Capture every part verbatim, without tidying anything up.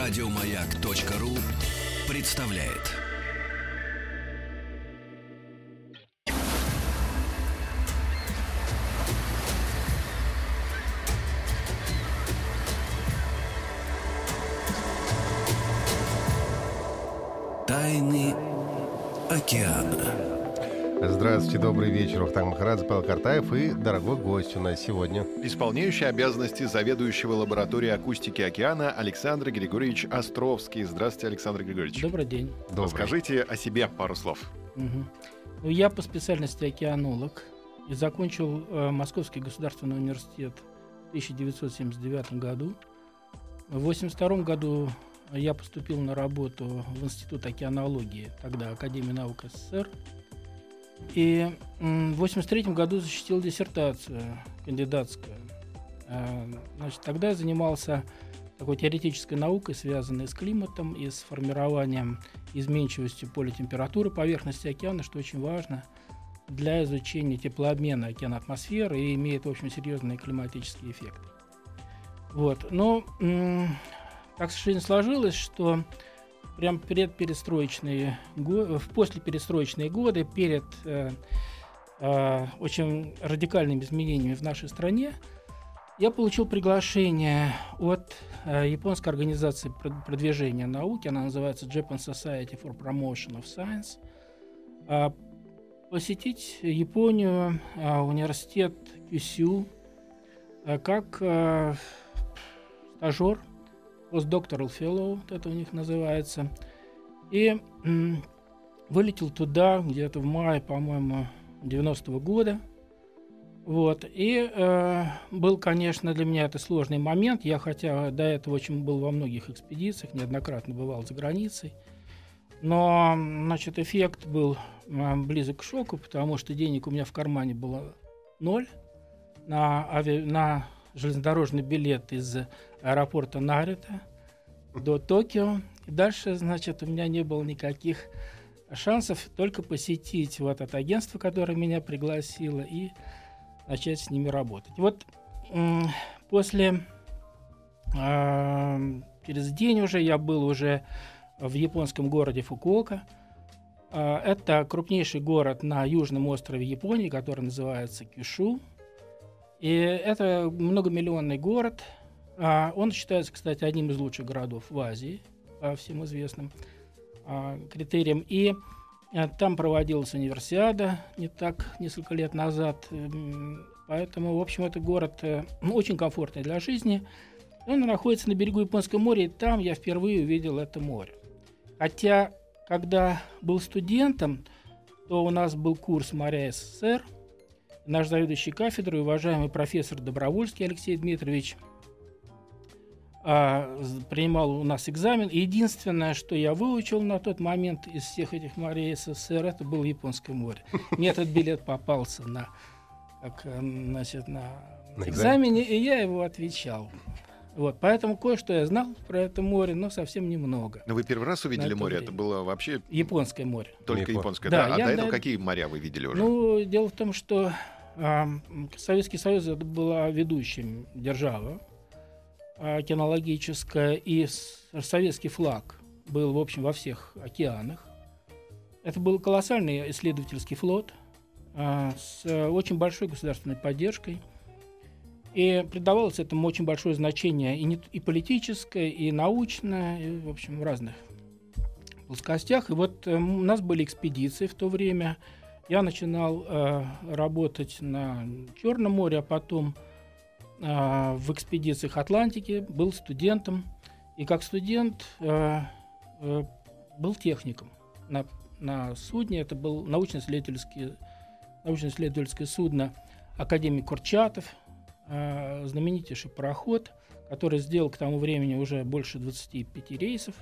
Радиомаяк.ру представляет. Тайны океана. Здравствуйте, добрый вечер. Ухтанг Махарадзе, Павел Картаев и дорогой гость у нас сегодня. Исполняющий обязанности заведующего лабораторией акустики океана Александр Григорьевич Островский. Здравствуйте, Александр Григорьевич. Добрый день. Добрый. Расскажите о себе пару слов. Угу. Ну, я по специальности океанолог и закончил э, Московский государственный университет в тысяча девятьсот семьдесят девятом году. В восемьдесят втором году я поступил на работу в Институт океанологии, тогда Академия наук СССР. И в восемьдесят третьем году защитил диссертацию кандидатскую. Значит, тогда я занимался такой теоретической наукой, связанной с климатом и с формированием изменчивости поля температуры поверхности океана, что очень важно для изучения теплообмена океана-атмосферы и имеет, в общем, серьезные климатические эффекты. Вот. Но м- так, к сожалению, сложилось, что прям предперестроечные, в послеперестроечные годы, перед э, э, очень радикальными изменениями в нашей стране, я получил приглашение от э, японской организации продвижения науки, она называется Japan Society for Promotion of Science, э, посетить Японию, э, университет Кюсю, э, как э, стажер, постдокторал fellow, вот это у них называется. И м, вылетел туда где-то в мае, по-моему, девяностого года. Вот. И э, был, конечно, для меня это сложный момент. Я, хотя до этого очень был во многих экспедициях, неоднократно бывал за границей. Но, значит, эффект был э, близок к шоку, потому что денег у меня в кармане было ноль на, ави... на железнодорожный билет из аэропорта Нарита до Токио. И дальше, значит, у меня не было никаких шансов только посетить вот это агентство, которое меня пригласило, и начать с ними работать. Вот м- после, э- через день уже я был уже в японском городе Фукуока. Э- это крупнейший город на южном острове Японии, который называется Кюшу. И это многомиллионный город. А, он считается, кстати, одним из лучших городов в Азии, по всем известным а, критериям. И а, там проводилась универсиада не так, несколько лет назад. Поэтому, в общем, это город э, очень комфортный для жизни. Он находится на берегу Японского моря, и там я впервые увидел это море. Хотя, когда был студентом, то у нас был курс «Моря СССР». Наш заведующий кафедрой, уважаемый профессор Добровольский Алексей Дмитриевич, а, принимал у нас экзамен. И единственное, что я выучил на тот момент из всех этих морей СССР, это было Японское море. Мне этот билет попался на, как, значит, на экзамене, и я его отвечал. Вот, поэтому кое-что я знал про это море, но совсем немного. Но вы первый раз увидели это море? время. Это было вообще... Японское море. Только Япон... японское, да? да? А я, до этого да, какие моря вы видели уже? Ну, дело в том, что э, Советский Союз это была ведущая держава э, океанологическая, и с, советский флаг был, в общем, во всех океанах. Это был колоссальный исследовательский флот э, с э, очень большой государственной поддержкой. И придавалось этому очень большое значение и, не, и политическое, и научное, и, в общем, в разных плоскостях. И вот э, у нас были экспедиции в то время. Я начинал э, работать на Черном море, а потом э, в экспедициях Атлантики, был студентом. И как студент э, э, был техником на, на судне. Это был научно-исследовательское, научно-исследовательское судно академик Курчатов, знаменитейший пароход, который сделал к тому времени уже больше двадцати пяти рейсов.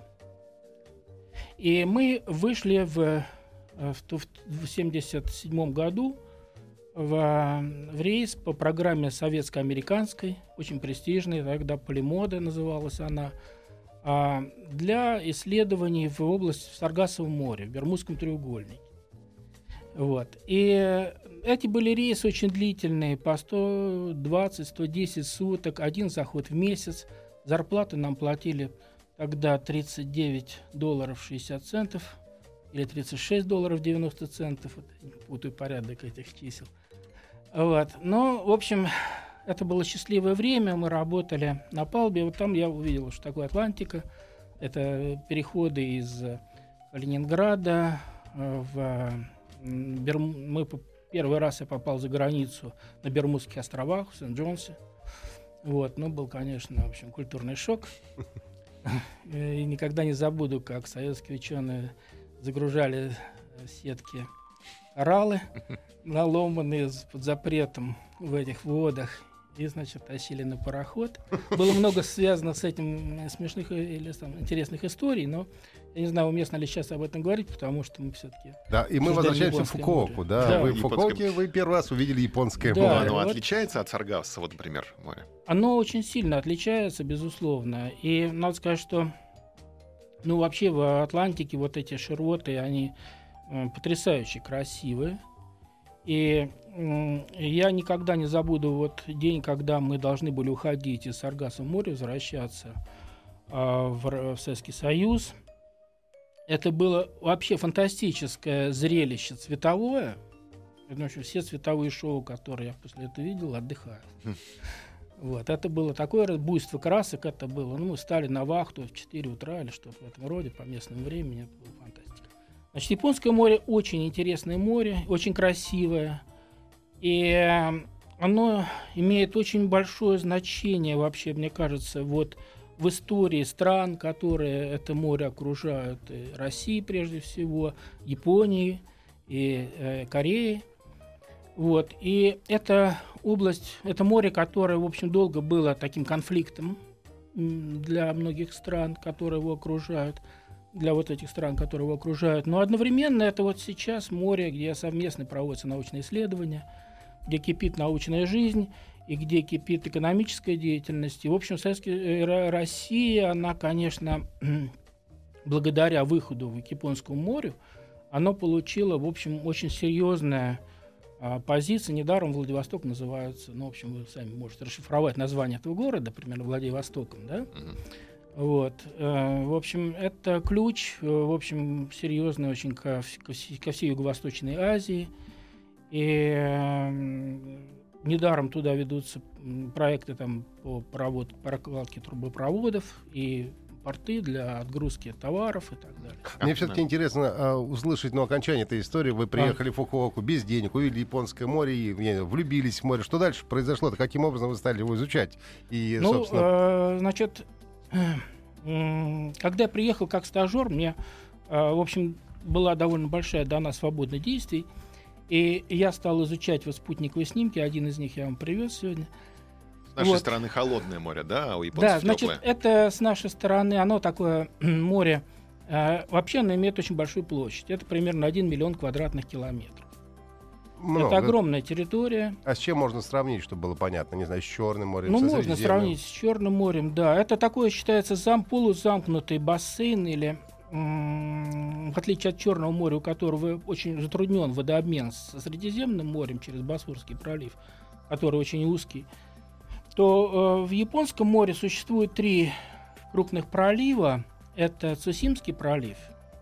И мы вышли в, в семьдесят седьмом году в, в рейс по программе советско-американской, очень престижной, тогда Полимода называлась она, для исследований в области в Саргассовом море, в Бермудском треугольнике. Вот. И эти были рейсы очень длительные, по сто двадцать - сто десять суток, один заход в месяц. Зарплату нам платили тогда тридцать девять долларов шестьдесят центов или тридцать шесть долларов девяносто центов. Вот, не путаю порядок этих чисел. Вот. Но, в общем, это было счастливое время. Мы работали на палубе. Вот там я увидел, что такое Атлантика. Это переходы из Калининграда в Берм... Мы первый раз я попал за границу на Бермудских островах, в Сент-Джонсе. Вот, ну, был, конечно, в общем, культурный шок. И никогда не забуду, как советские ученые загружали сетки кораллы, наломанные под запретом в этих водах, и, значит, тащили на пароход. Было много связано с этим смешных или там, интересных историй, но я не знаю, уместно ли сейчас об этом говорить, потому что мы все-таки... Да, и мы возвращаемся в Фукуоку. Да, да. Вы в Фукуоке вы первый раз увидели японское да, море. Оно вот отличается от Саргассо, вот, например, море? Оно очень сильно отличается, безусловно. И надо сказать, что ну, вообще в Атлантике вот эти широты, они э, потрясающе красивые. И э, я никогда не забуду вот день, когда мы должны были уходить из Саргассо в море, возвращаться э, в, в Советский Союз. Это было вообще фантастическое зрелище цветовое. Потому что все цветовые шоу, которые я после этого видел, отдыхают. Вот. Это было такое буйство красок. Это было. Ну, мы стали на вахту в четыре утра или что-то в этом роде по местному времени. Это было фантастика. Значит, Японское море очень интересное море, очень красивое. И оно имеет очень большое значение вообще, мне кажется, вот в истории стран, которые это море окружают. И России прежде всего, Японии и э, Кореи. Вот. И это область, это море, которое, в общем, долго было таким конфликтом для многих стран, которые его окружают, для вот этих стран, которые его окружают. Но одновременно это вот сейчас море, где совместно проводятся научные исследования, где кипит научная жизнь и где кипит экономическая деятельность. И, в общем, Советская Россия, она, конечно, благодаря выходу в Японскому морю, она получила, в общем, очень серьезное позиция. Недаром Владивосток называется, ну, в общем, вы сами можете расшифровать название этого города, примерно Владивостоком, да? Uh-huh. Вот. В общем, это ключ, в общем, серьезный очень ко, ко всей Юго-Восточной Азии. И недаром туда ведутся проекты там, по прокладке трубопроводов и порты для отгрузки товаров и так далее. Мне все-таки интересно а, услышать, ну, окончание этой истории. Вы приехали а. в Фукуоку без денег, увидели Японское море и не, влюбились в море. Что дальше произошло-то? Каким образом вы стали его изучать? И, ну, собственно... э, значит, э, когда я приехал как стажер, мне, э, в общем, была довольно большая дана свобода действий, и я стал изучать вот спутниковые снимки. Один из них я вам привез сегодня. С нашей вот. стороны холодное море, да, а у японцев да, значит, теплое. Это с нашей стороны, оно такое море, э, вообще оно имеет очень большую площадь. Это примерно один миллион квадратных километров. Много. Это огромная территория. А с чем можно сравнить, чтобы было понятно? Не знаю, с Черным морем, ну, со можно сравнить с Черным морем, да. Это такое считается зам, полузамкнутый бассейн, или м- в отличие от Черного моря, у которого очень затруднен водообмен со Средиземным морем через Босфорский пролив, который очень узкий, то э, в Японском море существует три крупных пролива. Это Цусимский пролив,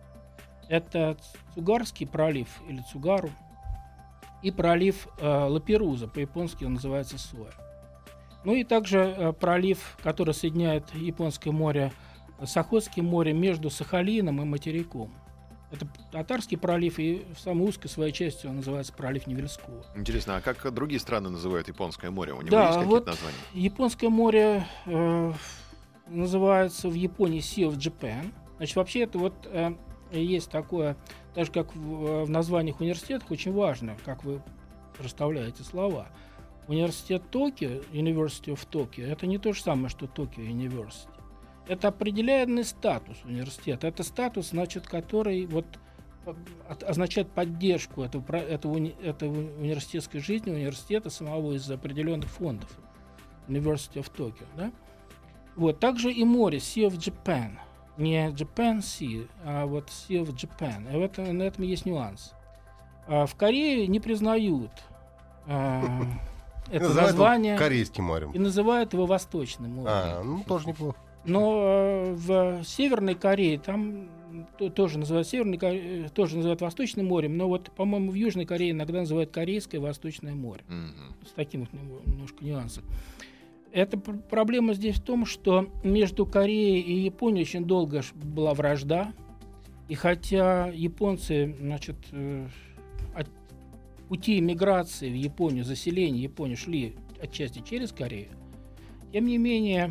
это Цугарский пролив или Цугару, и пролив э, Лаперуза, по-японски он называется Суэ. Ну и также э, пролив, который соединяет Японское море с Охотским морем между Сахалином и материком. Это Татарский пролив, и в самой узкой своей части он называется пролив Невельского. Интересно, а как другие страны называют Японское море? У него да, есть какие-то вот названия? Японское море э, называется в Японии Sea of Japan. Значит, вообще это вот э, есть такое, даже как в, в названиях университетов, очень важно, как вы расставляете слова. Университет Токио, University of Tokyo, это не то же самое, что Токио University. Это определенный статус университета. Это статус, значит, который вот означает поддержку этого, этого, этого университетской жизни, университета самого из определенных фондов. University of Tokyo. Да? Вот. Также и море, Sea of Japan. Не Japan Sea, а вот Sea of Japan. И в этом, на этом есть нюанс. А в Корее не признают а, это название. Корейским морем. И называют его Восточным морем. А, ну тоже неплохо. Но э, в Северной Корее там то, тоже называют Северной Коре, тоже называют Восточным морем, но вот, по-моему, в Южной Корее иногда называют Корейское Восточное море. Mm-hmm. С таким вот немножко нюансом. Эта проблема здесь в том, что между Кореей и Японией очень долго была вражда. И хотя японцы, значит, от пути миграции в Японию, заселения Японии шли отчасти через Корею, тем не менее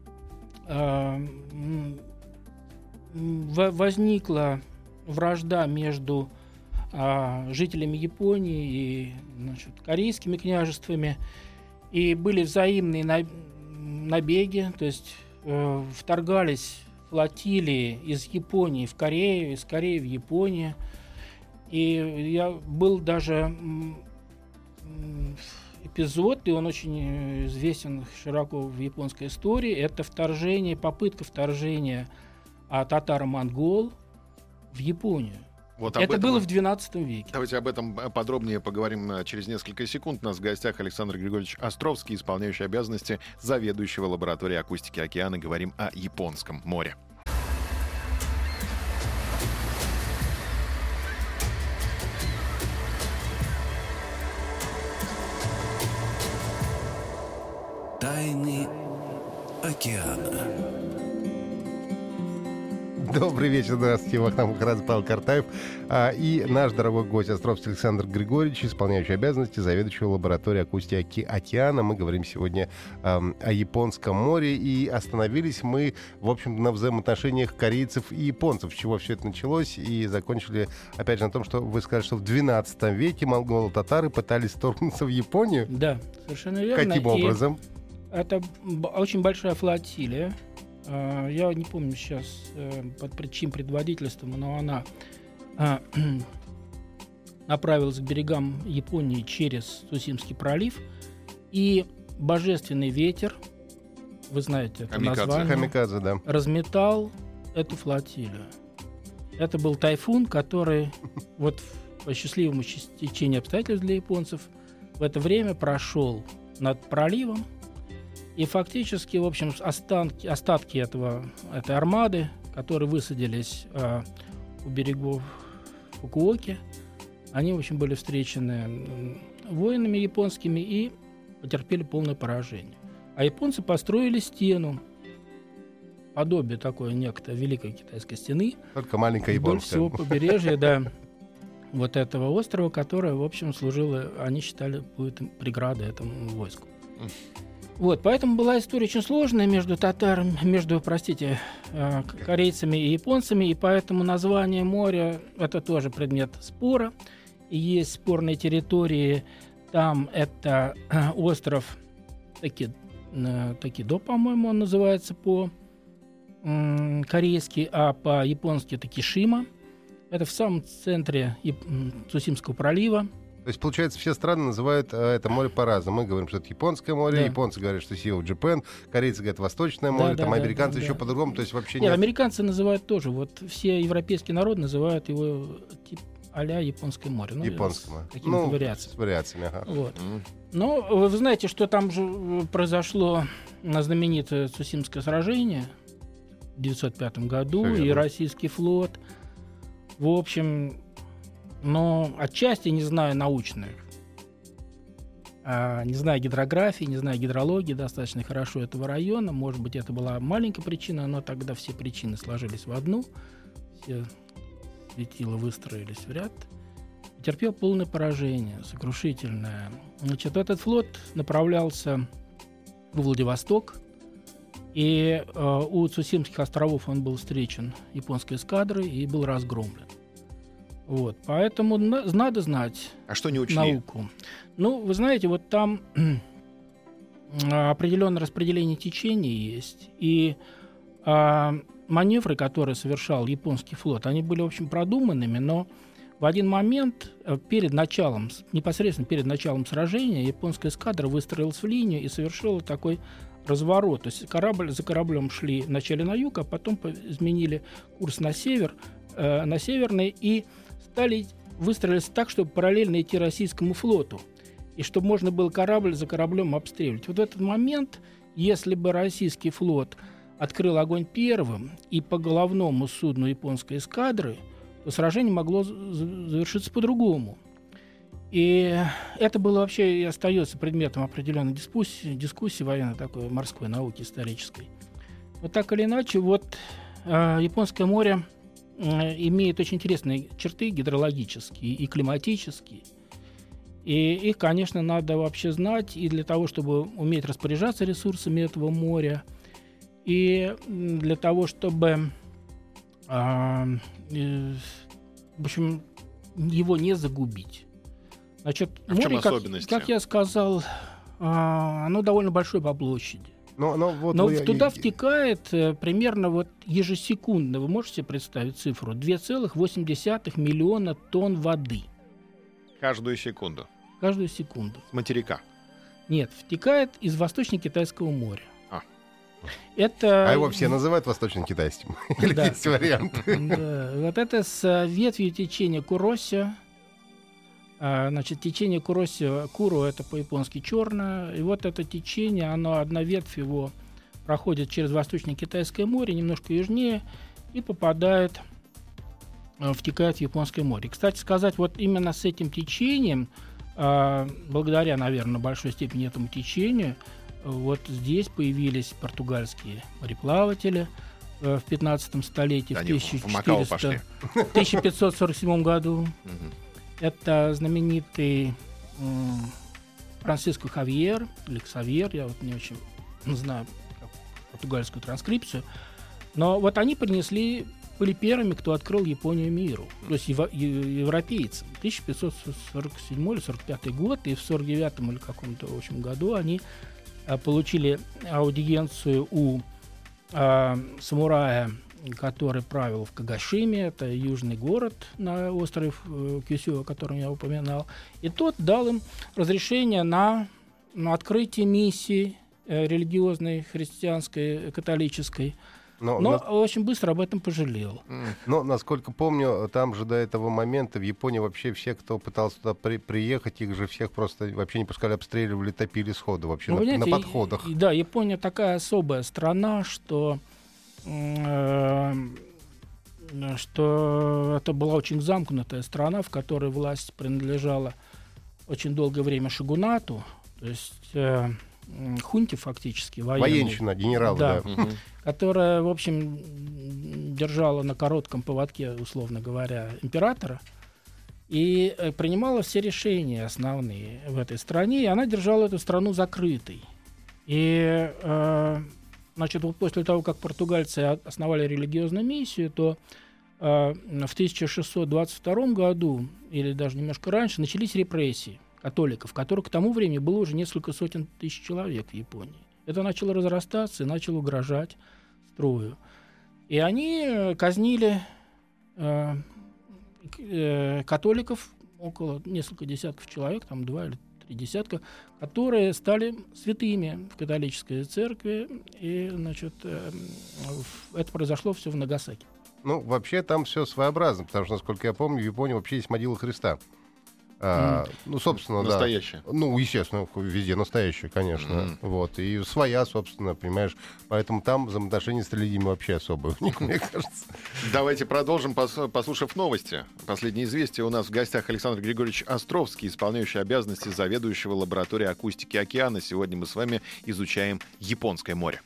возникла вражда между жителями Японии и, значит, корейскими княжествами. И были взаимные набеги, то есть э, вторгались флотилии из Японии в Корею, из Кореи в Японию. И я был даже эпизод, и он очень известен широко в японской истории. Это вторжение, попытка вторжения татаро-монгол в Японию. Вот это этом... было в двенадцатом веке. Давайте об этом подробнее поговорим через несколько секунд. У нас в гостях Александр Григорьевич Островский, исполняющий обязанности заведующего лабораторией акустики океана. Говорим о Японском море. Тайны океана. Добрый вечер, здравствуйте. В нам как раз Павел Картаев а, и наш дорогой гость Островский Александр Григорьевич, исполняющий обязанности заведующего лабораторией акустики океана. Мы говорим сегодня а, о Японском море, и остановились мы, в общем, на взаимоотношениях корейцев и японцев, с чего все это началось, и закончили, опять же, на том, что вы сказали, что в двенадцатом веке монголо-татары пытались вторгнуться в Японию. Да, совершенно верно. Каким образом? И это очень большая флотилия. Я не помню сейчас под чьим предводительством, но она направилась к берегам Японии через Цусимский пролив, и божественный ветер, вы знаете это Камикадзе. название, Камикадзе, да. разметал эту флотилию. Это был тайфун, который вот по счастливому стечению обстоятельств для японцев в это время прошел над проливом. И фактически, в общем, останки, остатки этого, этой армады, которые высадились э, у берегов Фукуоки, они, в общем, были встречены воинами японскими и потерпели полное поражение. А японцы построили стену, подобие такое некто Великой Китайской стены. Только маленькая вдоль японская. всего побережья, да, вот этого острова, которое, в общем, служило, они считали, будет преградой этому войску. Вот, поэтому была история очень сложная между татарами, между, простите, корейцами и японцами, и поэтому название моря — это тоже предмет спора. И есть спорные территории, там это остров Таки, Такидо, по-моему, он называется по-корейски, а по-японски Такишима. Это в самом центре Цусимского пролива. То есть, получается, все страны называют э, это море по-разному. Мы говорим, что это Японское море, да. Японцы говорят, что Sea of Japan, корейцы говорят Восточное море, да, там да, американцы да, еще да. по-другому, то есть вообще нет. нет. Американцы называют тоже, вот все европейские народы называют его тип а-ля Японское море. Ну, Японское море. С какими-то ну, вариациями. С вариациями, ага. Вот. Mm. Но вы знаете, что там же произошло на знаменитое Цусимское сражение в девятьсот пятом году, и российский флот. В общем, но отчасти, не знаю, научных. Не знаю гидрографии, не знаю гидрологии достаточно хорошо этого района. Может быть, это была маленькая причина, но тогда все причины сложились в одну. Все светила выстроились в ряд. Терпел полное поражение, сокрушительное. Значит, этот флот направлялся в Владивосток, и э, у Цусимских островов он был встречен японской эскадрой и был разгромлен. Вот, поэтому на, надо знать а что не учли? Науку. Ну, вы знаете, вот там определенное распределение течений есть, и а, маневры, которые совершал японский флот, они были, в общем, продуманными, но в один момент перед началом, непосредственно перед началом сражения, японская эскадра выстроилась в линию и совершила такой разворот. То есть корабль за кораблем шли вначале на юг, а потом изменили курс на север, э, на северный, и стали выстроились так, чтобы параллельно идти российскому флоту, и чтобы можно было корабль за кораблем обстреливать. Вот в этот момент, если бы российский флот открыл огонь первым и по головному судну японской эскадры, то сражение могло завершиться по-другому. И это было вообще и остается предметом определенной дискуссии, дискуссии военной такой морской науки исторической. Но так или иначе, вот э, Японское море э, имеет очень интересные черты гидрологические и климатические. И их, конечно, надо вообще знать и для того, чтобы уметь распоряжаться ресурсами этого моря, и для того, чтобы э, э, в общем, его не загубить. Значит, а в чем море, как, особенности? как я сказал, а, оно довольно большое по площади. Но, но, вот Но вы, туда и, втекает э, примерно вот ежесекундно, вы можете себе представить цифру, два целых восемь десятых миллиона тонн воды. Каждую секунду. Каждую секунду. С материка. Нет, втекает из Восточно-Китайского моря. А. Это... а его все называют восточно-китайским. Или Да. есть вариант? Да. Вот это с ветвью течения Курося. А, значит, течение Куроси, Куру — это по-японски черное. И вот это течение, оно, одна ветвь его проходит через Восточно-Китайское море, немножко южнее, и попадает, э, втекает в Японское море. Кстати сказать, вот именно с этим течением, э, благодаря, наверное, большой степени этому течению, э, вот здесь появились португальские мореплаватели э, в пятнадцатом столетии, Да, в, они в Макао пошли. в тысяча пятьсот сорок седьмом году. Мгм. Это знаменитый м, Франциско Хавьер, или Ксавьер, я вот не очень знаю португальскую транскрипцию, но вот они принесли, были первыми, кто открыл Японию миру, то есть ево, е- европейцам. тысяча пятьсот сорок седьмой или сорок пятый год, и в сорок девятом или каком-то в общем, году они а, получили аудиенцию у а, самурая, который правил в Кагашиме, это южный город на острове э, Кюсю, о котором я упоминал. И тот дал им разрешение на, на открытие миссии э, религиозной, христианской, католической. Но, Но на- очень быстро об этом пожалел. но, насколько помню, там же до этого момента в Японии вообще все, кто пытался туда при- приехать, их же всех просто вообще не пускали, обстреливали, топили сходу вообще Ну, на, понимаете, на подходах. и- и- да, Япония такая особая страна, что э, что это была очень замкнутая страна, в которой власть принадлежала очень долгое время шигунату, то есть э, м, хунте фактически, военной, Военщина, генерал, да. Да. Мгм. которая, в общем, держала на коротком поводке, условно говоря, императора, и э, принимала все решения основные в этой стране, и она держала эту страну закрытой. И, э, значит, вот после того, как португальцы о- основали религиозную миссию, то э, в тысяча шестьсот двадцать втором году, или даже немножко раньше, начались репрессии католиков, которых к тому времени было уже несколько сотен тысяч человек в Японии. Это начало разрастаться и начало угрожать строю. И они э, казнили э, к- э, католиков, около несколько десятков человек, там два или три десятка, которые стали святыми в католической церкви. И, значит, э, в- это произошло все в Нагасаки. Ну, вообще там все своеобразно, потому что, насколько я помню, в Японии вообще есть могила Христа. А, ну, собственно, да. Настоящее. Ну, естественно, везде настоящая, конечно. Мгм. Вот. И своя, собственно, понимаешь. Поэтому там взаимоотношения с религиями вообще особые, мне кажется. Давайте продолжим, пос- послушав новости. Последние известия. У нас в гостях Александр Григорьевич Островский, исполняющий обязанности заведующего лабораторией акустики океана. Сегодня мы с вами изучаем Японское море.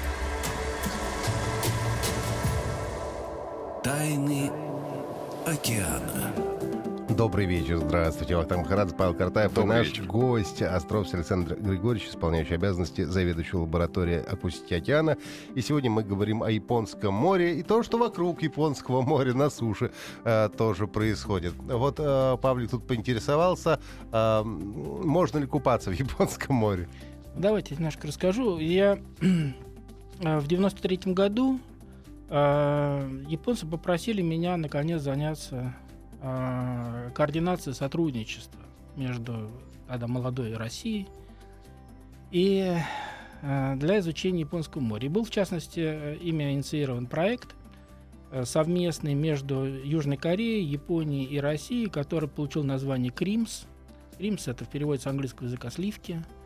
Тайны океана. Добрый вечер, здравствуйте. Вахтанг Махарадзе, Павел Картаев. Добрый и наш вечер. гость Островский Александр Григорьевич, исполняющий обязанности заведующего лабораторией акустики океана. И сегодня мы говорим о Японском море и то, что вокруг Японского моря на суше э, тоже происходит. Вот э, Павлик тут поинтересовался, э, можно ли купаться в Японском море? Давайте немножко расскажу. Я э, в девяносто третьем году э, японцы попросили меня наконец заняться э, координацией сотрудничества между тогда молодой Россией и э, для изучения Японского моря. И был, в частности, э, ими инициирован проект э, совместный между Южной Кореей, Японией и Россией, который получил название КРИМС. КРИМС — это в переводе с английского языка «сливки».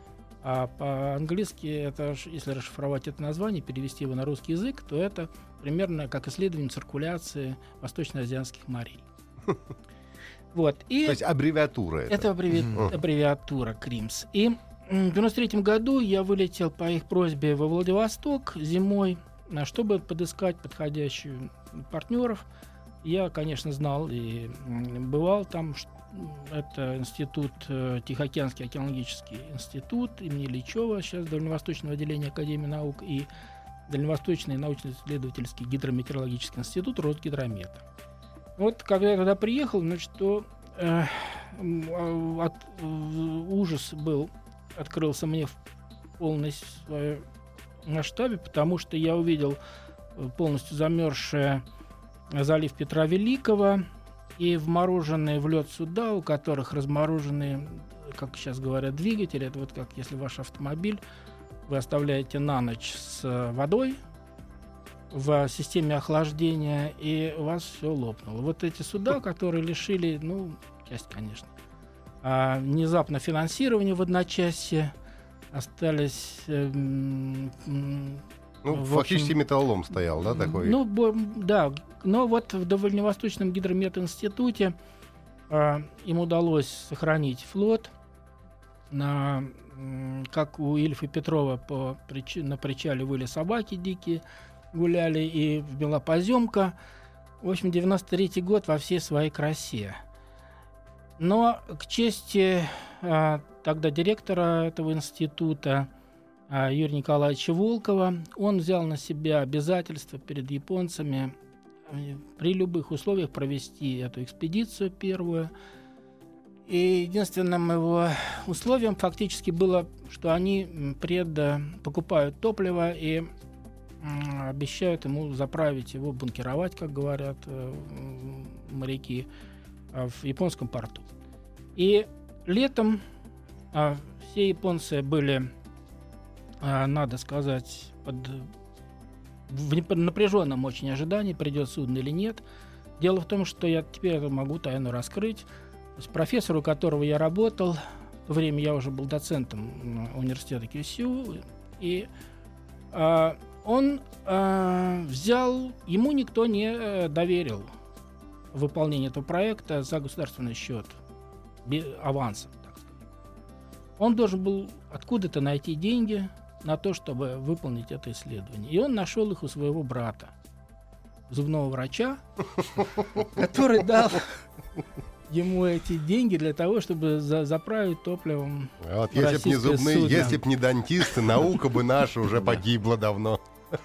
А по-английски, это, если расшифровать это название, перевести его на русский язык, то это примерно как исследование циркуляции восточноазиатских морей. Вот. И то есть аббревиатура это? Это аббреви... mm. аббревиатура КРИМС. И в девяносто третьем году я вылетел по их просьбе во Владивосток зимой, чтобы подыскать подходящих партнеров. Я, конечно, знал и бывал там. Это институт, Тихоокеанский океанологический институт имени Ильичева, сейчас Дальневосточного отделения Академии наук, и Дальневосточный научно-исследовательский гидрометеорологический институт Росгидромета. Вот когда я туда приехал, значит, то э, от, ужас был, открылся мне в полной своей масштабе, потому что я увидел полностью замерзший залив Петра Великого и вмороженные в лед суда, у которых размороженные, как сейчас говорят, двигатели. Это вот как если ваш автомобиль вы оставляете на ночь с водой в системе охлаждения, и у вас все лопнуло. Вот эти суда, которые лишили, ну, часть, конечно, а, внезапно финансирования в одночасье, остались... Э, Ну, в фактически общем, металлолом стоял, да, такой? Ну, бо, да, но вот в Дальневосточном гидрометинституте э, им удалось сохранить флот. На, э, как у Ильфа Петрова по прич... на причале были собаки дикие, гуляли, и была поземка. В общем, девяносто третий год во всей своей красе. Но к чести э, тогда директора этого института, Юрия Николаевича Волкова, он взял на себя обязательство перед японцами при любых условиях провести эту экспедицию первую. И единственным его условием фактически было, что они пред покупают топливо и обещают ему заправить его, бункеровать, как говорят моряки, в японском порту. И летом все японцы были, надо сказать, под, в напряженном очень ожидании, придет судно или нет. Дело в том, что я теперь могу тайну раскрыть. С профессором, у которого я работал, в то время я уже был доцентом университета Кюсю, и а, он а, взял, ему никто не доверил выполнение этого проекта за государственный счет, авансом, так сказать. Он должен был откуда-то найти деньги на то, чтобы выполнить это исследование. И он нашел их у своего брата, зубного врача, который дал ему эти деньги для того, чтобы за- заправить топливом. Вот, если б не зубные, судно. Если б не дантисты, наука бы наша уже погибла давно.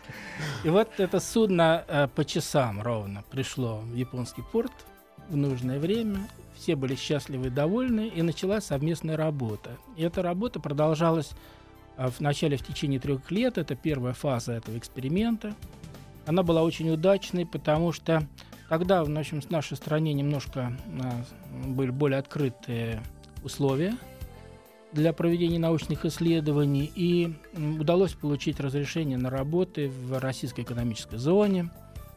И вот это судно э, по часам ровно пришло в японский порт в нужное время. Все были счастливы и довольны, и началась совместная работа. И эта работа продолжалась э, в начале в течение трех лет. Это первая фаза этого эксперимента. Она была очень удачной, потому что тогда, в общем, в нашей стране немножко э, были более открытые условия для проведения научных исследований, и удалось получить разрешение на работы в российской экономической зоне,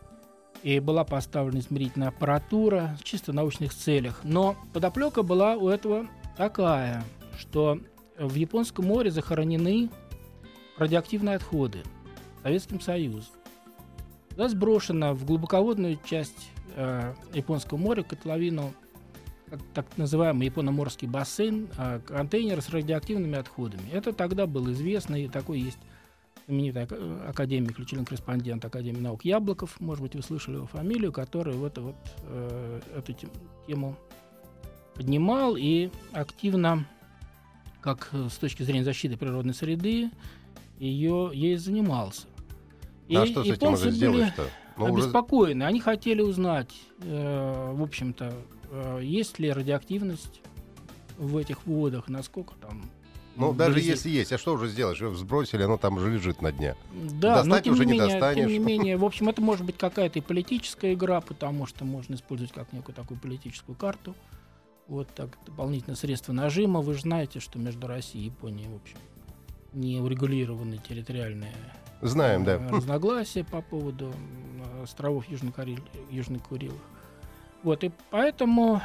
и была поставлена измерительная аппаратура в чисто научных целях. Но подоплека была у этого такая, что в Японском море захоронены радиоактивные отходы Советским Союзом. Туда сброшена в глубоководную часть э, Японского моря, котловину, так называемый Японо-Морский бассейн, контейнер с радиоактивными отходами. Это тогда было известно, и такой есть знаменитый академик, или член-корреспондент Академии наук Яблоков, может быть, вы слышали его фамилию, который вот, вот, э, эту тему поднимал и активно, как с точки зрения защиты природной среды, ее, ей занимался. И а что с этим уже сделать, что? Ну, обеспокоены. Уже... Они хотели узнать, э, в общем-то, есть ли радиоактивность в этих водах, насколько там... Ну, даже вблизи... если есть, а что уже сделаешь? Его сбросили, оно там уже лежит на дне. Да, достать но тем уже не не менее, достанешь. Тем не менее, в общем, это может быть какая-то и политическая игра, потому что можно использовать как некую такую политическую карту. Вот так, дополнительное средство нажима. Вы же знаете, что между Россией и Японией, в общем, не урегулированы территориальные Знаем, да. разногласия по поводу островов Южной Курилы. Вот, и поэтому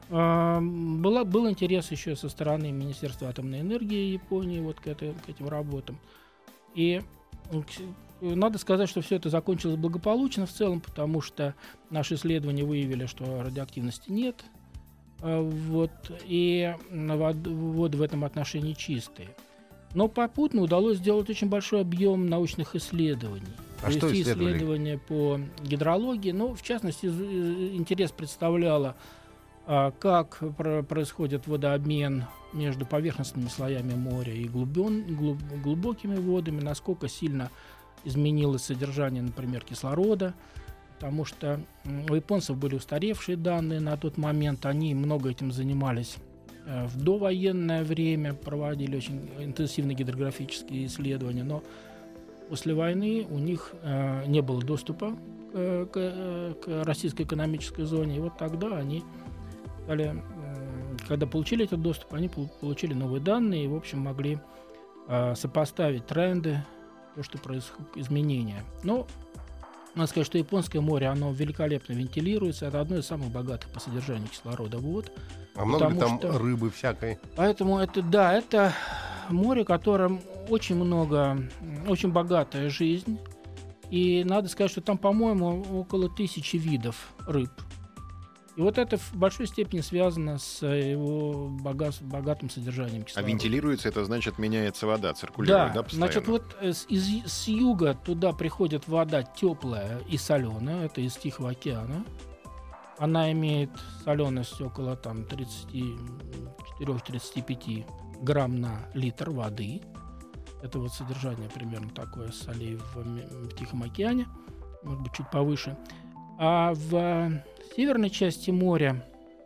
А, была, был интерес еще со стороны Министерства атомной энергии Японии вот к, этой, к этим работам. И надо сказать, что все это закончилось благополучно в целом, потому что наши исследования выявили, что радиоактивности нет. А, вот, и воды в этом отношении чистые. Но попутно удалось сделать очень большой объем научных исследований. А что исследовали? Исследования по гидрологии. Ну, в частности, интерес представляло, как происходит водообмен между поверхностными слоями моря и глубин, глуб, глубокими водами, насколько сильно изменилось содержание, например, кислорода, потому что у японцев были устаревшие данные на тот момент, они много этим занимались в довоенное время, проводили очень интенсивные гидрографические исследования, но после войны у них э, не было доступа к, к, к российской экономической зоне, и вот тогда они стали, э, когда получили этот доступ, они получили новые данные и, в общем, могли э, сопоставить тренды, то, что происходит, изменения. Но надо сказать, что Японское море, оно великолепно вентилируется, это одно из самых богатых по содержанию кислорода вод. А много ли там что... рыбы всякой? Поэтому это, да, это море, в котором очень много, очень богатая жизнь. И надо сказать, что там, по-моему, около тысячи видов рыб. И вот это в большой степени связано с его богат, богатым содержанием кислорода. А вентилируется, это значит, меняется вода, циркулирует, да, да постоянно? Значит, вот с, из, с юга туда приходит вода теплая и соленая, это из Тихого океана. Она имеет соленость около там, тридцать четыре - тридцать пять грамм на литр воды. Это вот содержание примерно такое солей в, в Тихом океане, может быть, чуть повыше. А в северной части моря,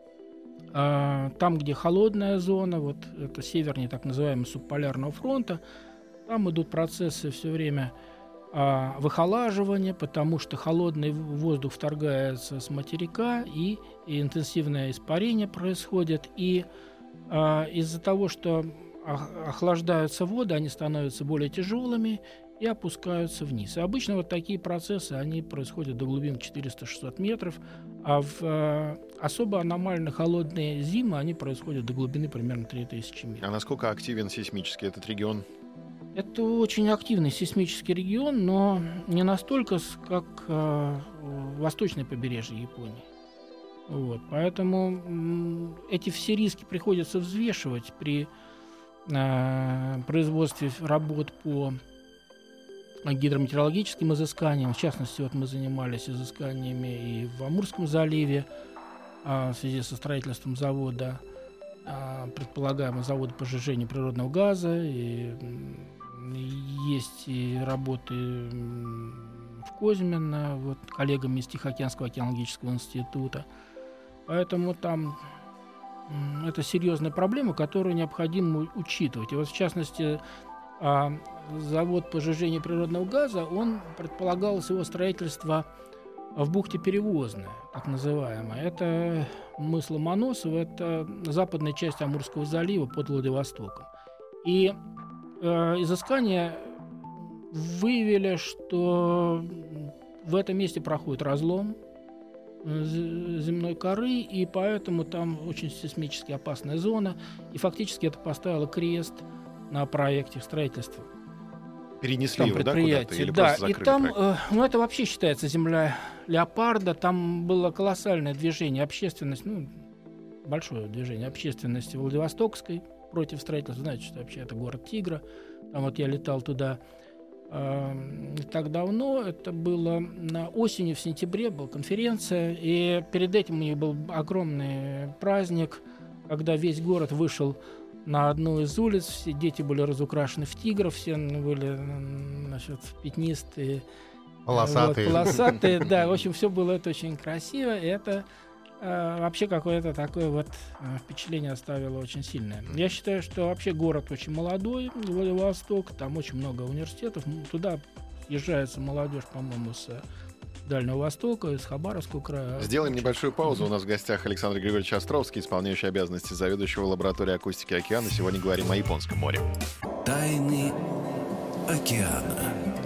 а, там, где холодная зона, вот это севернее так называемого субполярного фронта, там идут процессы все время а, выхолаживания, потому что холодный воздух вторгается с материка, и, и интенсивное испарение происходит. И а, из-за того, что охлаждаются воды, они становятся более тяжелыми и опускаются вниз. И обычно вот такие процессы, они происходят до глубин четыреста - шестьсот метров, а в э, особо аномально холодные зимы они происходят до глубины примерно три тысячи метров. А насколько активен сейсмически этот регион? Это очень активный сейсмический регион, но не настолько, как э, восточное побережье Японии. Вот. Поэтому м, эти все риски приходится взвешивать при э, производстве работ по гидрометеорологическим изысканиям. В частности, вот мы занимались изысканиями и в Амурском заливе а, в связи со строительством завода, а, предполагаемого завода по сжижению природного газа. И, и есть и работы в Козьмино, вот, коллегами из Тихоокеанского океанологического института. Поэтому там это серьезная проблема, которую необходимо учитывать. И вот в частности, а, завод по сжижению природного газа, он предполагалось его строительство в бухте Перевозная, так называемая. Это мыс Ломоносова, это западная часть Амурского залива под Владивостоком. И э, изыскания выявили, что в этом месте проходит разлом земной коры, и поэтому там очень сейсмически опасная зона, и фактически это поставило крест на проекте строительства. Перенесли его, да, куда-то? Или да, просто и закрыли там, проект? э, ну, это вообще считается земля леопарда, там было колоссальное движение общественности, ну, большое движение общественности Владивостокской против строительства. Знаете, что вообще это город Тигра. Там вот я летал туда э, не так давно, это было на осени, в сентябре была конференция, и перед этим у них был огромный праздник, когда весь город вышел на одну из улиц, все дети были разукрашены в тигров, все были, значит, пятнистые, полосатые. Вот, полосатые, да, в общем, все было это очень красиво, и это э, вообще какое-то такое вот э, впечатление оставило очень сильное. Я считаю, что вообще город очень молодой, Владивосток, там очень много университетов, туда съезжается молодежь, по-моему, с Дальнего Востока, из Хабаровского края. Сделаем небольшую паузу. У нас в гостях Александр Григорьевич Островский, исполняющий обязанности заведующего лабораторией акустики океана. Сегодня говорим о Японском море. Тайны океана.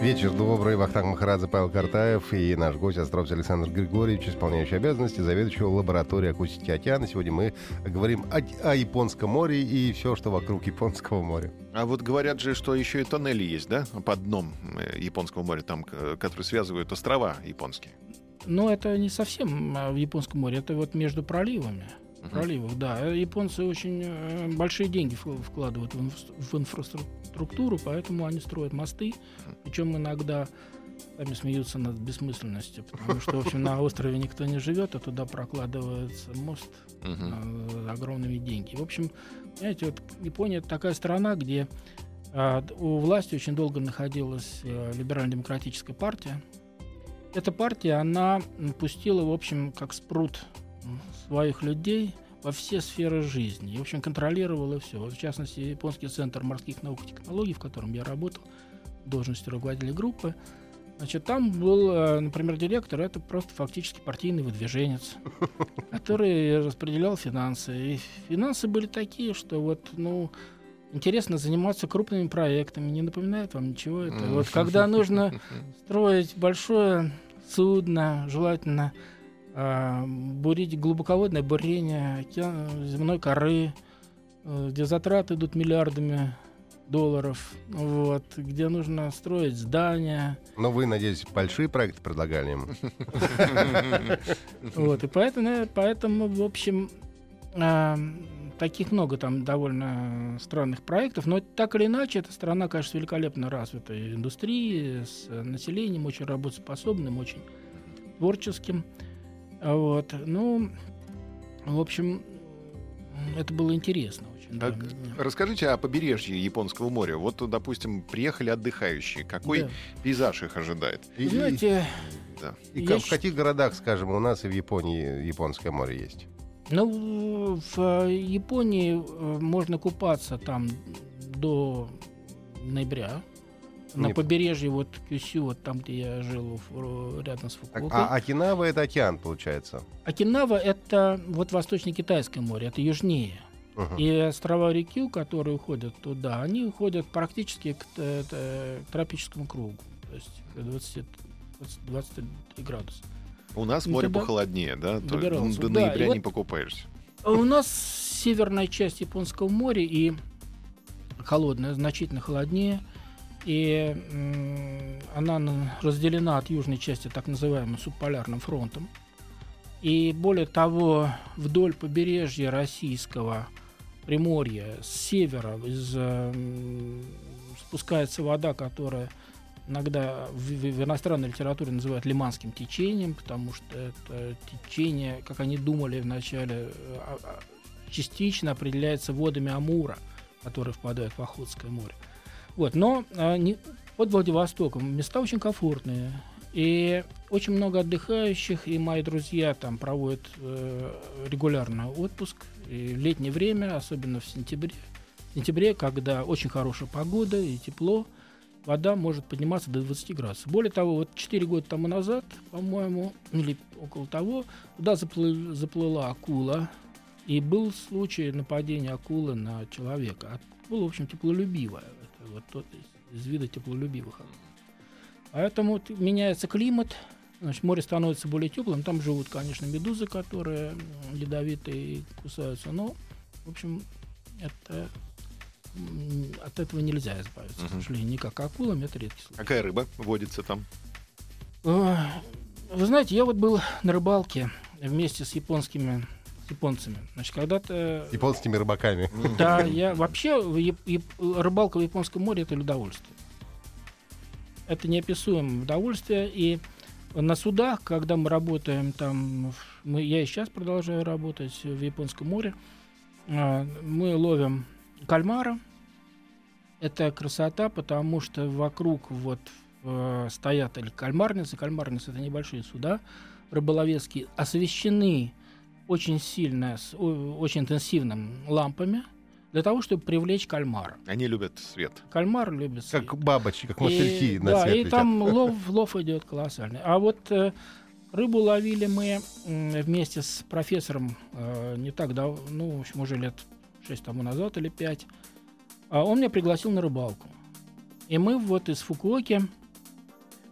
Вечер добрый. Вахтанг Махарадзе, Павел Картаев и наш гость Островский Александр Григорьевич, исполняющий обязанности заведующего лабораторией акустики океана. Сегодня мы говорим о, о Японском море и все, что вокруг Японского моря. А вот говорят же, что еще и тоннели есть, да, под дном Японского моря, там, которые связывают острова японские. Но это не совсем в Японском море, это вот между проливами. Uh-huh. Проливах, да. Японцы очень большие деньги вкладывают в, инфра- в инфраструктуру, поэтому они строят мосты. Причем иногда сами смеются над бессмысленностью, потому что, в общем, на острове никто не живет, а туда прокладывается мост uh-huh. огромными деньгами. В общем, знаете, вот Япония — это такая страна, где а, у власти очень долго находилась а, либерально-демократическая партия. Эта партия, она пустила, в общем, как спрут своих людей во все сферы жизни. И, в общем, контролировала все. Вот, в частности, Японский центр морских наук и технологий, в котором я работал, в должности руководителя группы. Значит, там был, например, директор, это просто фактически партийный выдвиженец, который распределял финансы. И финансы были такие, что вот, ну, интересно заниматься крупными проектами, не напоминает вам ничего это. Вот когда нужно строить большое судно, желательно э, бурить глубоководное бурение океан, земной коры, э, где затраты идут миллиардами долларов, вот, где нужно строить здания. Но вы, надеюсь, большие проекты предлагали им? Вот, и поэтому, поэтому, в общем, таких много там довольно странных проектов, но так или иначе, эта страна, конечно, с великолепно развитой индустрией, с населением очень работоспособным, очень творческим. Вот. Ну, в общем, это было интересно очень. А, да. Расскажите о побережье Японского моря. Вот, допустим, приехали отдыхающие. Какой да. пейзаж их ожидает? И, Знаете, да. и как, в каких городах, скажем, у нас и в Японии Японское море есть? Ну, в Японии можно купаться там до ноября. На Нет. побережье вот Кюсю, вот там, где я жил, рядом с Фукуокой. А Окинава — это океан, получается? Окинава — это вот Восточно-Китайское море, это южнее. Uh-huh. И острова Рикью, которые уходят туда, они уходят практически к, к, к тропическому кругу, то есть двадцать, двадцать три градуса. У нас море туда похолоднее, да? То, до да, ноября вот не покупаешься. У нас северная часть Японского моря и холодная, значительно холоднее. И м, она разделена от южной части так называемым субполярным фронтом. И более того, вдоль побережья российского Приморья с севера из, э, спускается вода, которая иногда в, в иностранной литературе называют лиманским течением, потому что это течение, как они думали вначале, частично определяется водами Амура, которые впадают в Охотское море. Вот, но а, не, под Владивостоком места очень комфортные, и очень много отдыхающих, и мои друзья там проводят э, регулярно отпуск, и в летнее время, особенно в сентябре, в сентябре, когда очень хорошая погода и тепло, вода может подниматься до двадцати градусов. Более того, вот четыре года тому назад, по-моему, или около того, туда заплыла, заплыла акула, и был случай нападения акулы на человека. Акула, в общем, теплолюбивая. Это вот тот из, из вида теплолюбивых. Поэтому вот меняется климат, значит, море становится более теплым. Там живут, конечно, медузы, которые ядовитые и кусаются. Но, в общем, это... от этого нельзя избавиться, uh-huh. к сожалению, никак. Акулами — это редкий случай. Какая рыба водится там? Вы знаете, я вот был на рыбалке вместе с японскими, с японцами. Значит, когда-то... Японскими рыбаками. Да, я вообще... Яп, яп, рыбалка в Японском море — это удовольствие. Это неописуемое удовольствие. И на судах, когда мы работаем там... Мы, я и сейчас продолжаю работать в Японском море. Мы ловим кальмара. Это красота, потому что вокруг вот э, стоят или кальмарницы. Кальмарницы — это небольшие суда рыболовецкие, освещены очень сильно, с о, очень интенсивными лампами для того, чтобы привлечь кальмара. Они любят свет. Кальмар любит свет. Как бабочки, как мотыльки и, на да, свет и летят. там лов, лов идет колоссальный. А вот э, рыбу ловили мы э, вместе с профессором э, не так давно, ну, в общем, уже лет шесть тому назад или пять. А он меня пригласил на рыбалку. И мы вот из Фукуоки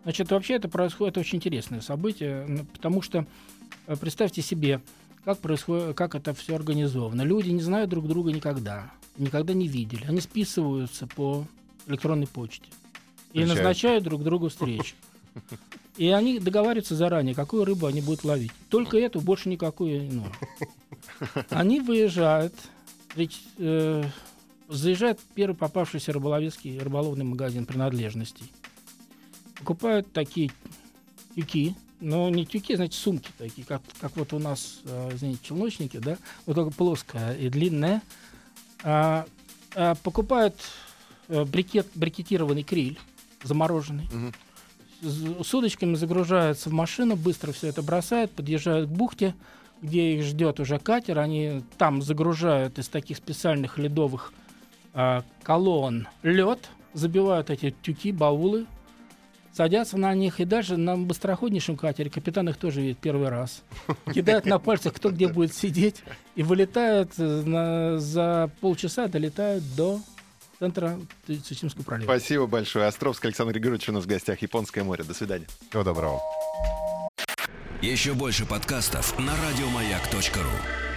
Значит, вообще это происходит, это очень интересное событие, потому что э, представьте себе, как происходит, как это все организовано. Люди не знают друг друга никогда, никогда не видели. Они списываются по электронной почте и Встречают. назначают друг другу встречи. И они договариваются заранее, какую рыбу они будут ловить. Только эту, больше никакую иную. Они выезжают, ведь, э, заезжает первый попавшийся рыболовецкий рыболовный магазин принадлежностей. Покупают такие тюки, но не тюки, значит, сумки такие, как, как вот у нас, э, извините, челночники, да, вот только плоская и длинная. А, а покупают э, брикет, брикетированный криль, замороженный. Мгм. С, с удочками загружаются в машину, быстро все это бросают, подъезжают к бухте, где их ждет уже катер. Они там загружают из таких специальных ледовых а, колонн лед, забивают эти тюки, баулы, садятся на них, и дальше на быстроходнейшем катере, капитан их тоже видит первый раз, кидают на пальцах, кто где будет сидеть, и вылетают на, за полчаса, долетают до центра Цусимского пролива. Спасибо большое. Островский Александр Григорьевич у нас в гостях. Японское море. До свидания. Всего доброго. Еще больше подкастов на радиомаяк точка ру.